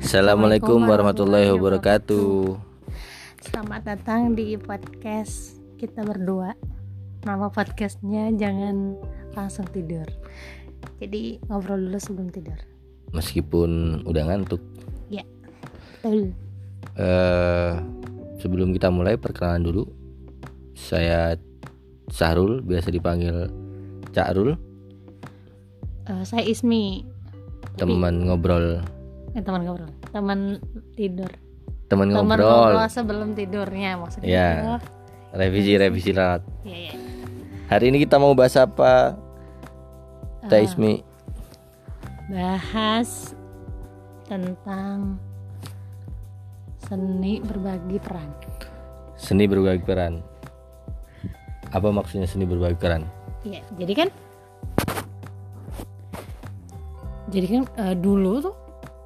Assalamualaikum warahmatullahi wabarakatuh. Selamat datang di podcast kita berdua. Nama podcastnya Jangan Langsung Tidur. Jadi ngobrol dulu sebelum tidur. Meskipun udah ngantuk. Ya, betul. Sebelum kita mulai, perkenalan dulu. Saya Sahrul, biasa dipanggil Cak Rul. Saya Ismi. Teman ngobrol. Teman tidur. Teman ngobrol ngobrol sebelum tidurnya maksudnya. Ya. Revisi lalat. Ya. Hari ini kita mau bahas apa? Teh Ismi. Bahas tentang seni berbagi peran. Seni berbagi peran. Apa maksudnya seni berbagi peran? Iya, jadi kan dulu tuh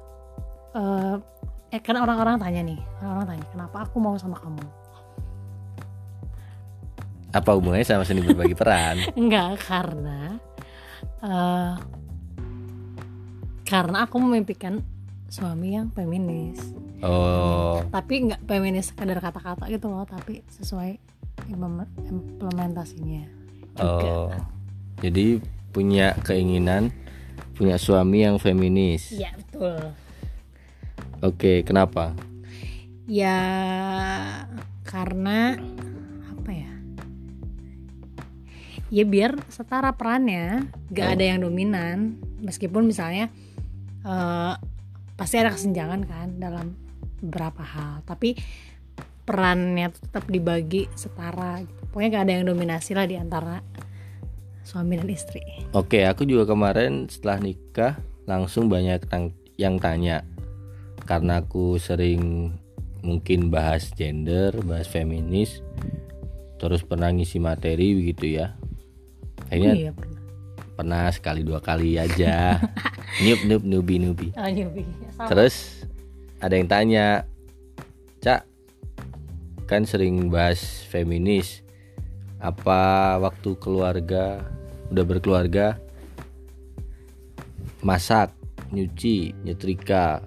kan orang-orang tanya kenapa aku mau sama kamu? Apa hubungannya sama seni berbagi peran? Enggak, karena aku memimpikan suami yang feminis. Oh. Tapi enggak feminis sekedar kata-kata gitu loh, tapi sesuai implementasinya juga. Oh. Jadi punya keinginan punya suami yang feminis. Iya, betul. Oke, kenapa? Ya karena apa ya? Ya biar setara perannya, gak ada yang dominan. Meskipun misalnya pasti ada kesenjangan kan dalam beberapa hal, tapi perannya tetap dibagi setara. Pokoknya gak ada yang dominasi lah di antara suami dan istri. Oke, aku juga kemarin setelah nikah langsung banyak yang tanya. Karena aku sering mungkin bahas gender, bahas feminis, terus pernah ngisi materi begitu ya. Kayaknya pernah sekali dua kali aja. newbie. Oh, newbie. Terus ada yang tanya, Cak, kan sering bahas feminis, apa waktu keluarga, udah berkeluarga, masak, nyuci, nyetrika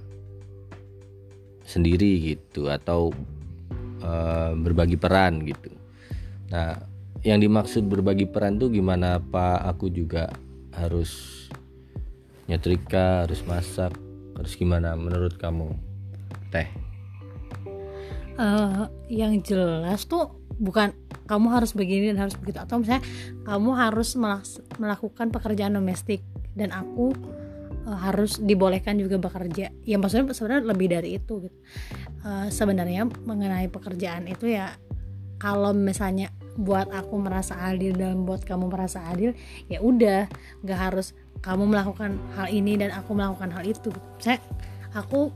sendiri gitu, atau berbagi peran gitu. Nah, yang dimaksud berbagi peran tuh gimana Pak? Aku juga harus nyetrika, harus masak, harus gimana menurut kamu, Teh? Yang jelas tuh bukan kamu harus begini dan harus begitu, atau misalnya kamu harus melakukan pekerjaan domestik dan aku harus dibolehkan juga bekerja. Ya maksudnya sebenarnya lebih dari itu gitu. Sebenarnya mengenai pekerjaan itu ya, kalau misalnya buat aku merasa adil dan buat kamu merasa adil, ya udah, nggak harus kamu melakukan hal ini dan aku melakukan hal itu. Saya aku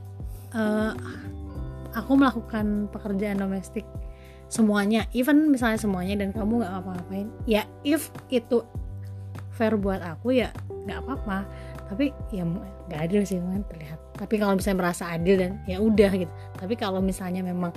melakukan pekerjaan domestik semuanya, even misalnya semuanya dan kamu nggak ngapa-ngapain, ya if itu fair buat aku ya nggak apa-apa. Tapi ya nggak adil sih kan terlihat. Tapi kalau misalnya merasa adil dan ya udah gitu. Tapi kalau misalnya memang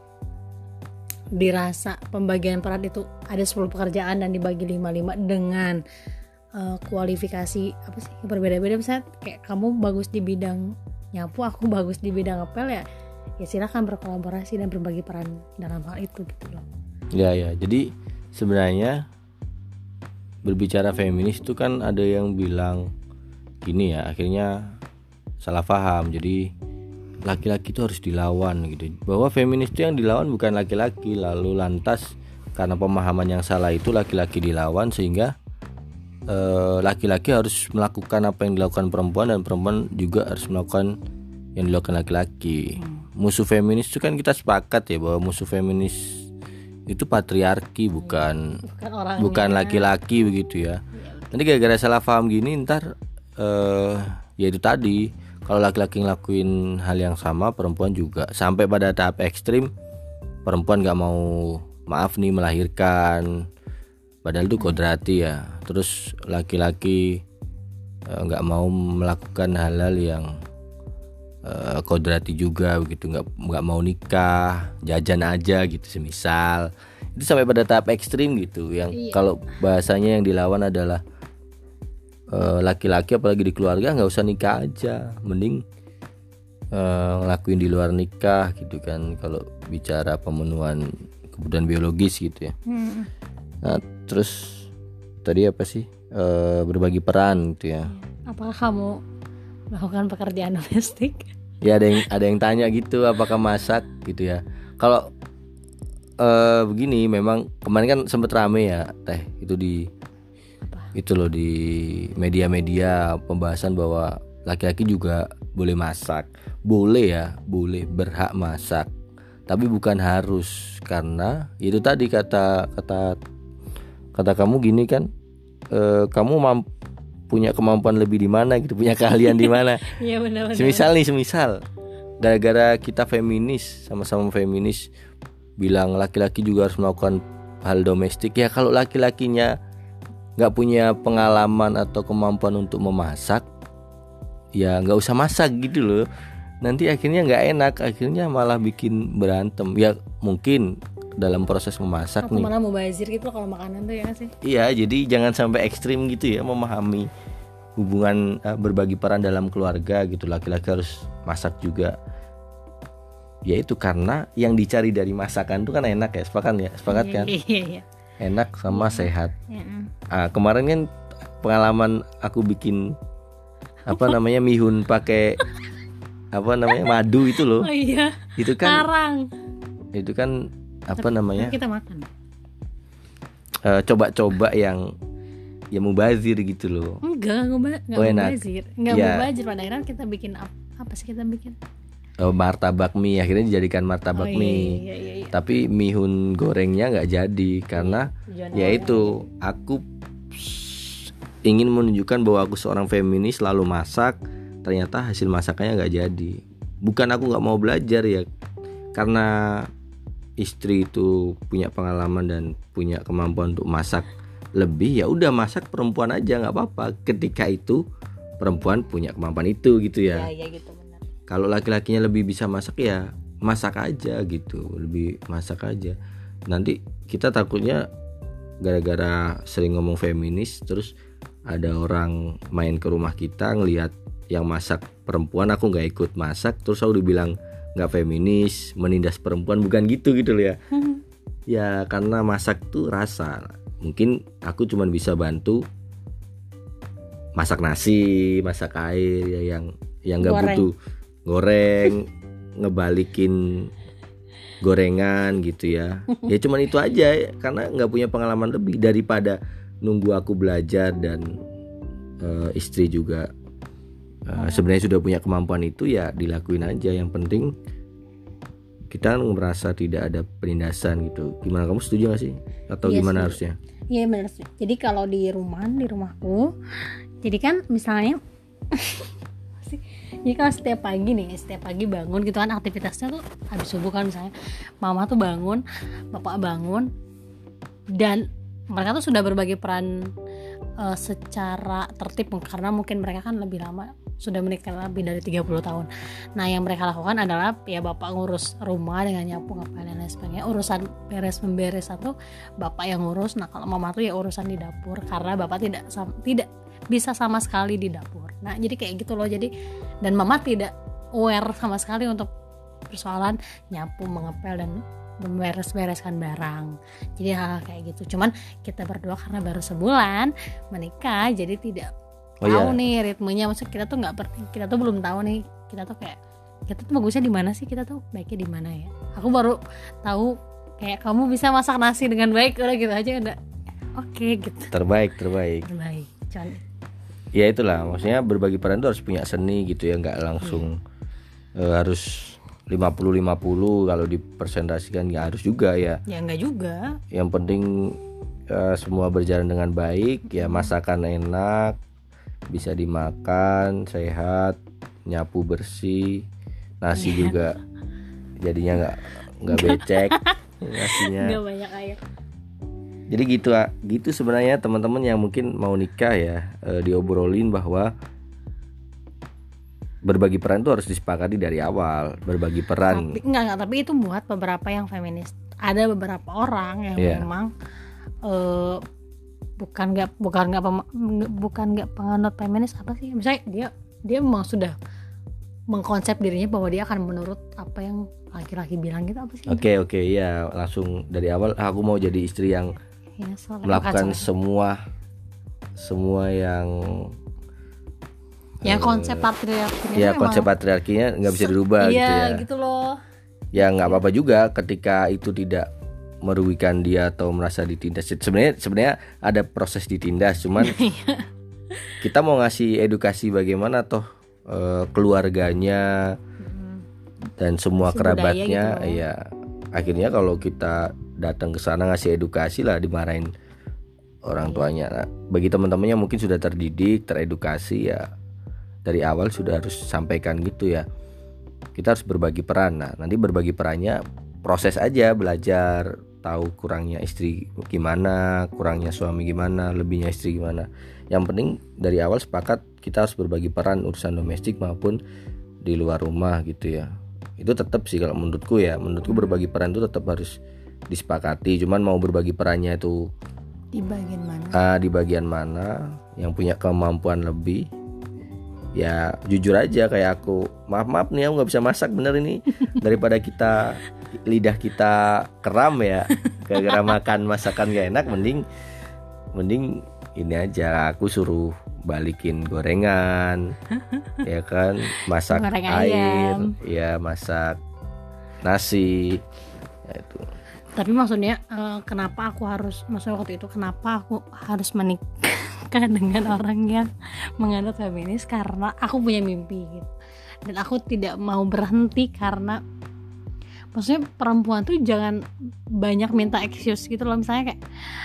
dirasa pembagian peran itu ada 10 pekerjaan dan dibagi 5-5 dengan kualifikasi apa sih berbeda-beda, misalnya kayak kamu bagus di bidang nyapu, aku bagus di bidang ngepel, ya silakan berkolaborasi dan berbagi peran dalam hal itu gitu loh. Ya, jadi sebenarnya berbicara feminis itu kan ada yang bilang gini ya, akhirnya salah paham. Jadi laki-laki itu harus dilawan gitu, bahwa feminis itu yang dilawan bukan laki-laki. Lalu lantas karena pemahaman yang salah itu laki-laki dilawan, sehingga laki-laki harus melakukan apa yang dilakukan perempuan dan perempuan juga harus melakukan yang dilakukan laki-laki. Musuh feminis itu kan kita sepakat ya, bahwa musuh feminis itu patriarki, bukan laki-laki begitu ya. Nanti gara-gara salah paham gini ntar ya itu tadi, kalau laki-laki ngelakuin hal yang sama, perempuan juga, sampai pada tahap ekstrim perempuan nggak mau melahirkan, padahal itu kodrati ya. Terus laki-laki nggak mau melakukan hal-hal yang kodrati juga begitu, nggak mau nikah, jajan aja gitu semisal. Itu sampai pada tahap ekstrim gitu, yang kalau bahasanya yang dilawan adalah laki-laki apalagi di keluarga nggak usah nikah aja, mending ngelakuin di luar nikah gitu kan, kalau bicara pemenuhan kebutuhan biologis gitu ya. Nah terus tadi apa sih, berbagi peran gitu ya. Apakah kamu melakukan pekerjaan domestik? Ya ada yang tanya gitu, apakah masak gitu ya. Kalau begini, memang kemarin kan sempet rame ya Teh, itu di itu loh, di media-media pembahasan bahwa laki-laki juga boleh masak. Boleh ya, boleh, berhak masak. Tapi bukan harus, karena itu tadi kata kamu gini kan, kamu punya kemampuan lebih di mana gitu, punya keahlian di mana. Iya benar. Semisal gara-gara kita feminis, sama-sama feminis, bilang laki-laki juga harus melakukan hal domestik. Ya kalau laki-lakinya nggak punya pengalaman atau kemampuan untuk memasak, ya nggak usah masak gitu loh. Nanti akhirnya nggak enak, akhirnya malah bikin berantem. Ya mungkin dalam proses memasak atau nih, malah mubazir gitu loh kalau makanan tuh, ya nggak sih? iya, jadi jangan sampai ekstrim gitu ya, memahami hubungan berbagi peran dalam keluarga gitu. Laki-laki harus masak juga, yaitu karena yang dicari dari masakan itu kan enak ya, sepakat kan? Iya. Enak sama sehat. Ya. Kemarin kan pengalaman aku bikin mihun pakai madu itu loh. Oh iya. Itu kan Larang. Kita makan. Coba-coba yang ya mubazir gitu loh. Enggak mubazir. Enggak Ya. mubazir, pada akhirnya kita bikin apa sih kita bikin? Martabak mie, akhirnya dijadikan martabak mie. Iya. Tapi mihun gorengnya nggak jadi karena yaitu aku ingin menunjukkan bahwa aku seorang feminis lalu masak, ternyata hasil masakannya nggak jadi. Bukan aku nggak mau belajar ya, karena istri itu punya pengalaman dan punya kemampuan untuk masak lebih, ya udah masak perempuan aja nggak apa-apa. Ketika itu perempuan punya kemampuan itu gitu ya. Iya gitu benar. Kalau laki-lakinya lebih bisa masak ya masak aja gitu, lebih masak aja. Nanti kita takutnya gara-gara sering ngomong feminis, terus ada orang main ke rumah kita ngelihat yang masak perempuan, aku nggak ikut masak, terus aku dibilang nggak feminis, menindas perempuan. Bukan gitu loh ya. Ya karena masak tuh rasa. Mungkin aku cuma bisa bantu masak nasi, masak air ya, yang nggak butuh goreng, ngebalikin gorengan gitu ya. Ya cuman itu aja, karena nggak punya pengalaman lebih. Daripada nunggu aku belajar dan istri juga sebenarnya sudah punya kemampuan itu, ya dilakuin aja. Yang penting kita merasa tidak ada penindasan gitu. Gimana, kamu setuju gak sih? Atau Iya gimana sih. harusnya? Iya benar sih. Jadi kalau di rumahku, jadi kan misalnya jadi kalau setiap pagi bangun gitu kan, aktivitasnya tuh habis subuh kan, misalnya mama tuh bangun, bapak bangun, dan mereka tuh sudah berbagi peran secara tertib, karena mungkin mereka kan lebih lama, sudah menikah lebih dari 30 tahun. Nah yang mereka lakukan adalah ya bapak ngurus rumah dengan nyapu, ngapain dan lain sebagainya, urusan beres memberes satu bapak yang ngurus. Nah kalau mama tuh ya urusan di dapur, karena bapak tidak bisa sama sekali di dapur. Nah jadi kayak gitu loh. Jadi dan mama tidak aware sama sekali untuk persoalan nyapu, mengepel dan memberes-bereskan barang. Jadi hal kayak gitu. Cuman kita berdua karena baru sebulan menikah, jadi tidak tahu nih ritmenya. Maksud kita tuh kita tuh belum tahu nih. Kita tuh kayak kita tuh bagusnya di mana sih? Kita tuh baiknya di mana ya? Aku baru tahu kayak kamu bisa masak nasi dengan baik, udah gitu aja udah. Oke, gitu. Terbaik. Cuman Ya itulah, maksudnya berbagi peran itu harus punya seni gitu ya, nggak langsung harus 50-50. Kalau dipresentasikan ya harus juga ya. Ya enggak juga. Yang penting semua berjalan dengan baik ya, masakan enak, bisa dimakan, sehat, nyapu bersih, nasi juga jadinya nggak becek nasinya. Enggak banyak air. Jadi gitu sebenarnya teman-teman yang mungkin mau nikah ya, diobrolin bahwa berbagi peran itu harus disepakati dari awal. Berbagi peran. Tapi itu buat beberapa yang feminis. Ada beberapa orang yang memang bukan nggak penganut feminis, apa sih? Misalnya dia memang sudah mengkonsep dirinya bahwa dia akan menurut apa yang laki-laki bilang gitu, apa sih? Oke, ya langsung dari awal aku mau jadi istri yang Ya, soalnya melakukan bukan semua yang konsep patriarkinya ya tuh konsep emang patriarkinya nggak bisa dirubah gitu iya ya. gitu loh. Ya nggak apa-apa juga ketika itu tidak merugikan dia atau merasa ditindas. Sebenarnya ada proses ditindas, cuman kita mau ngasih edukasi bagaimana toh keluarganya dan semua Si budaya kerabatnya gitu loh. ya akhirnya kalau kita datang ke sana ngasih edukasi lah dimarahin orang tuanya. Nah, bagi teman-temannya mungkin sudah terdidik, teredukasi ya dari awal sudah harus sampaikan gitu ya. Kita harus berbagi peran. Nah, nanti berbagi perannya proses aja, belajar tahu kurangnya istri gimana, kurangnya suami gimana, lebihnya istri gimana. Yang penting dari awal sepakat kita harus berbagi peran urusan domestik maupun di luar rumah gitu ya. Itu tetap sih kalau menurutku ya, menurutku berbagi peran itu tetap harus disepakati. Cuman mau berbagi perannya itu Di bagian mana? di bagian mana yang punya kemampuan lebih. Ya jujur aja kayak aku, maaf nih aku nggak bisa masak bener ini, daripada lidah kita keram ya gara-gara makan masakan gak enak, mending ini aja aku suruh balikin gorengan ya kan, masak Goreng air ayam. ya, masak nasi ya itu. Tapi maksudnya kenapa waktu itu kenapa aku harus menikah dengan orang yang menganut feminis, karena aku punya mimpi gitu. Dan aku tidak mau berhenti karena maksudnya perempuan tuh jangan banyak minta excuse gitu loh. Misalnya kayak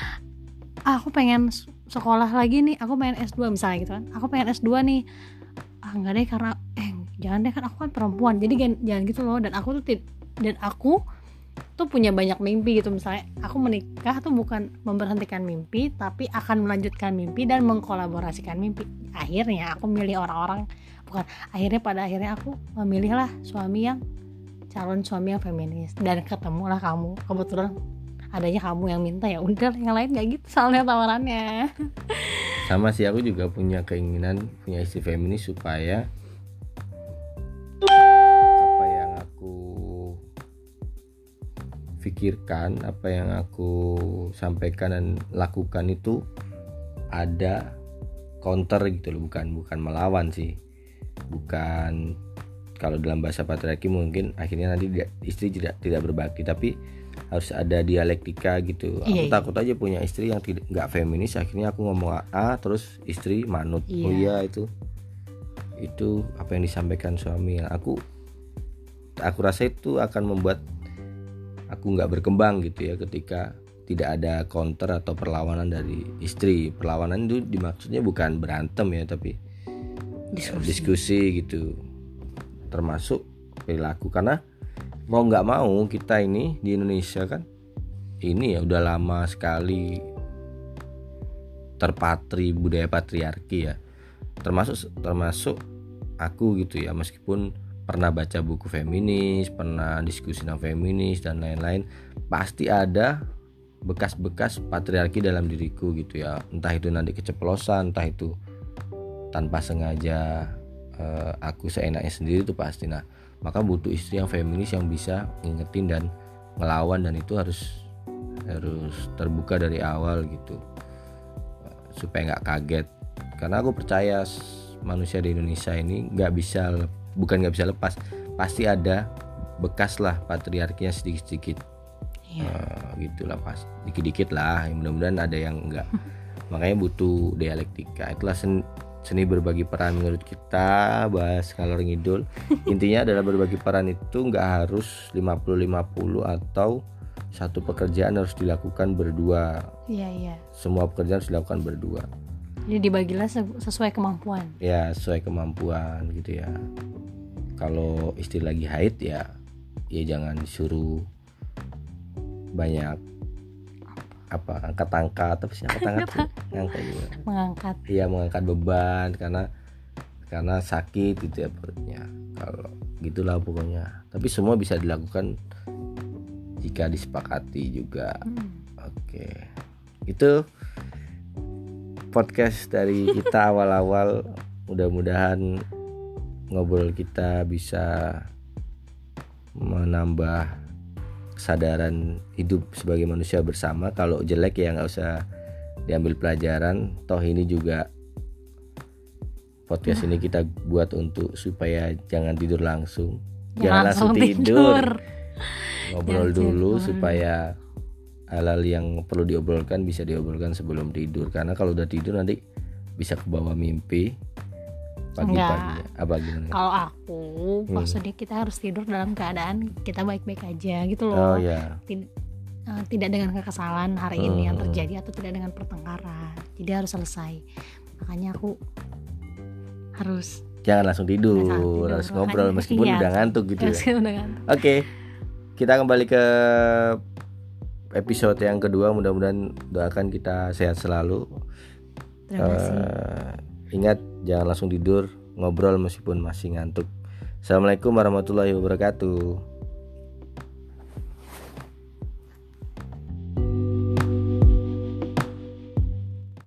aku pengen sekolah lagi nih, aku pengen S2 misalnya gitu kan. Aku pengen S2 nih. Enggak deh karena jangan deh kan aku kan perempuan. Jadi jangan gitu loh. Dan aku tuh punya banyak mimpi gitu. Misalnya aku menikah tuh bukan memberhentikan mimpi, tapi akan melanjutkan mimpi dan mengkolaborasikan mimpi. Akhirnya aku milih pada akhirnya aku memilih lah calon suami yang feminis, dan ketemulah kamu. Kebetulan adanya kamu yang minta, ya udah, yang lain nggak gitu soalnya tawarannya. Sama sih, aku juga punya keinginan punya istri feminis supaya apa yang aku pikirkan, apa yang aku sampaikan dan lakukan itu ada counter gitu loh, bukan melawan sih. Bukan, kalau dalam bahasa patriarki mungkin akhirnya nanti istri tidak berbakti, tapi harus ada dialektika gitu. Aku takut aja punya istri yang nggak feminis, akhirnya aku ngomong A terus istri manut. Oh iya, itu apa yang disampaikan suami. Aku rasa itu akan membuat aku nggak berkembang gitu ya, ketika tidak ada counter atau perlawanan dari istri. Perlawanan itu dimaksudnya bukan berantem ya, tapi diskusi gitu, termasuk perilaku. Karena mau nggak mau kita ini di Indonesia kan ini ya udah lama sekali terpatri budaya patriarki ya, termasuk aku gitu ya. Meskipun pernah baca buku feminis, pernah diskusi tentang feminis dan lain-lain, pasti ada bekas-bekas patriarki dalam diriku gitu ya. Entah itu nanti keceplosan, entah itu tanpa sengaja aku seenaknya sendiri, itu pasti. Nah, maka butuh istri yang feminis yang bisa ngingetin dan ngelawan, dan itu harus terbuka dari awal gitu, supaya nggak kaget. Karena aku percaya manusia di Indonesia ini bukan nggak bisa lepas, pasti ada bekas lah patriarkinya sedikit-sedikit. Gitulah, pas dikit-dikit lah, mudah-mudahan ada yang enggak. Makanya butuh dialektika. Itulah seni berbagi peran menurut kita, bahas ngalor ngidul. Intinya adalah berbagi peran itu nggak harus 50-50 atau satu pekerjaan harus dilakukan berdua. Iya. Semua pekerjaan harus dilakukan berdua. Jadi dibagilah sesuai kemampuan. Ya, sesuai kemampuan gitu ya. Kalau istri lagi haid ya jangan disuruh banyak angkat-angkat, tapi mengangkat beban karena sakit gitu ya perutnya. Kalau gitulah pokoknya. Tapi semua bisa dilakukan jika disepakati juga. Oke. Itu podcast dari kita awal-awal. Mudah-mudahan ngobrol kita bisa menambah kesadaran hidup sebagai manusia bersama. Kalau jelek ya nggak usah diambil pelajaran. Toh ini juga podcast ini kita buat untuk supaya jangan tidur langsung. Jangan langsung tidur. Ngobrol dulu supaya hal-hal yang perlu diobrolkan bisa diobrolkan sebelum tidur. Karena kalau udah tidur nanti bisa kebawa mimpi pagi-pagi. Apa gimana? Kalau aku maksudnya kita harus tidur dalam keadaan kita baik-baik aja gitu loh. Tidak dengan kekesalan hari ini yang terjadi atau tidak dengan pertengkaran. Jadi harus selesai. Makanya aku harus jangan langsung tidur. Harus ngobrol meskipun udah ngantuk gitu ya. Oke. Kita kembali ke episode yang kedua. Mudah-mudahan doakan kita sehat selalu. Terima kasih. Ingat jangan langsung tidur, ngobrol meskipun masih ngantuk. Assalamualaikum warahmatullahi wabarakatuh.